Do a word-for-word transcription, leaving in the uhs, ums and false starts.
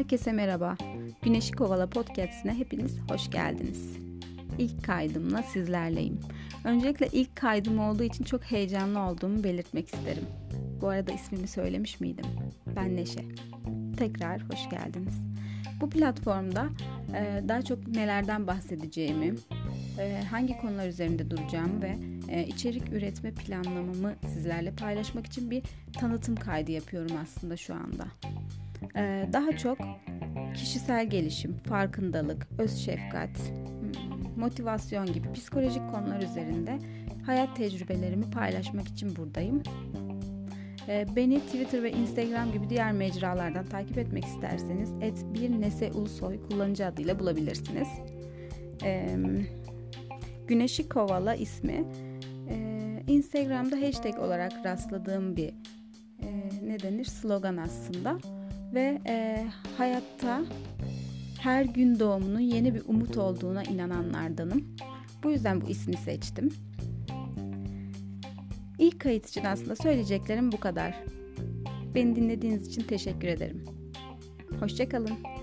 Herkese merhaba. Güneşi Kovala Podcast'ine hepiniz hoş geldiniz. İlk kaydımla sizlerleyim. Öncelikle ilk kaydım olduğu için çok heyecanlı olduğumu belirtmek isterim. Bu arada ismimi söylemiş miydim? Ben Neşe. Tekrar hoş geldiniz. Bu platformda e, daha çok nelerden bahsedeceğimi, e, hangi konular üzerinde duracağımı ve e, içerik üretme planlamamı sizlerle paylaşmak için bir tanıtım kaydı yapıyorum aslında şu anda. E, daha çok kişisel gelişim, farkındalık, öz şefkat, motivasyon gibi psikolojik konular üzerinde hayat tecrübelerimi paylaşmak için buradayım. Beni Twitter ve Instagram gibi diğer mecralardan takip etmek isterseniz et bir nese ulusoy kullanıcı adıyla bulabilirsiniz. Güneşi Kovala ismi Instagram'da hashtag olarak rastladığım bir ne denir slogan aslında ve hayatta her gün doğumunun yeni bir umut olduğuna inananlardanım. Bu yüzden bu ismi seçtim. İlk kayıt için aslında söyleyeceklerim bu kadar. Beni dinlediğiniz için teşekkür ederim. Hoşça kalın.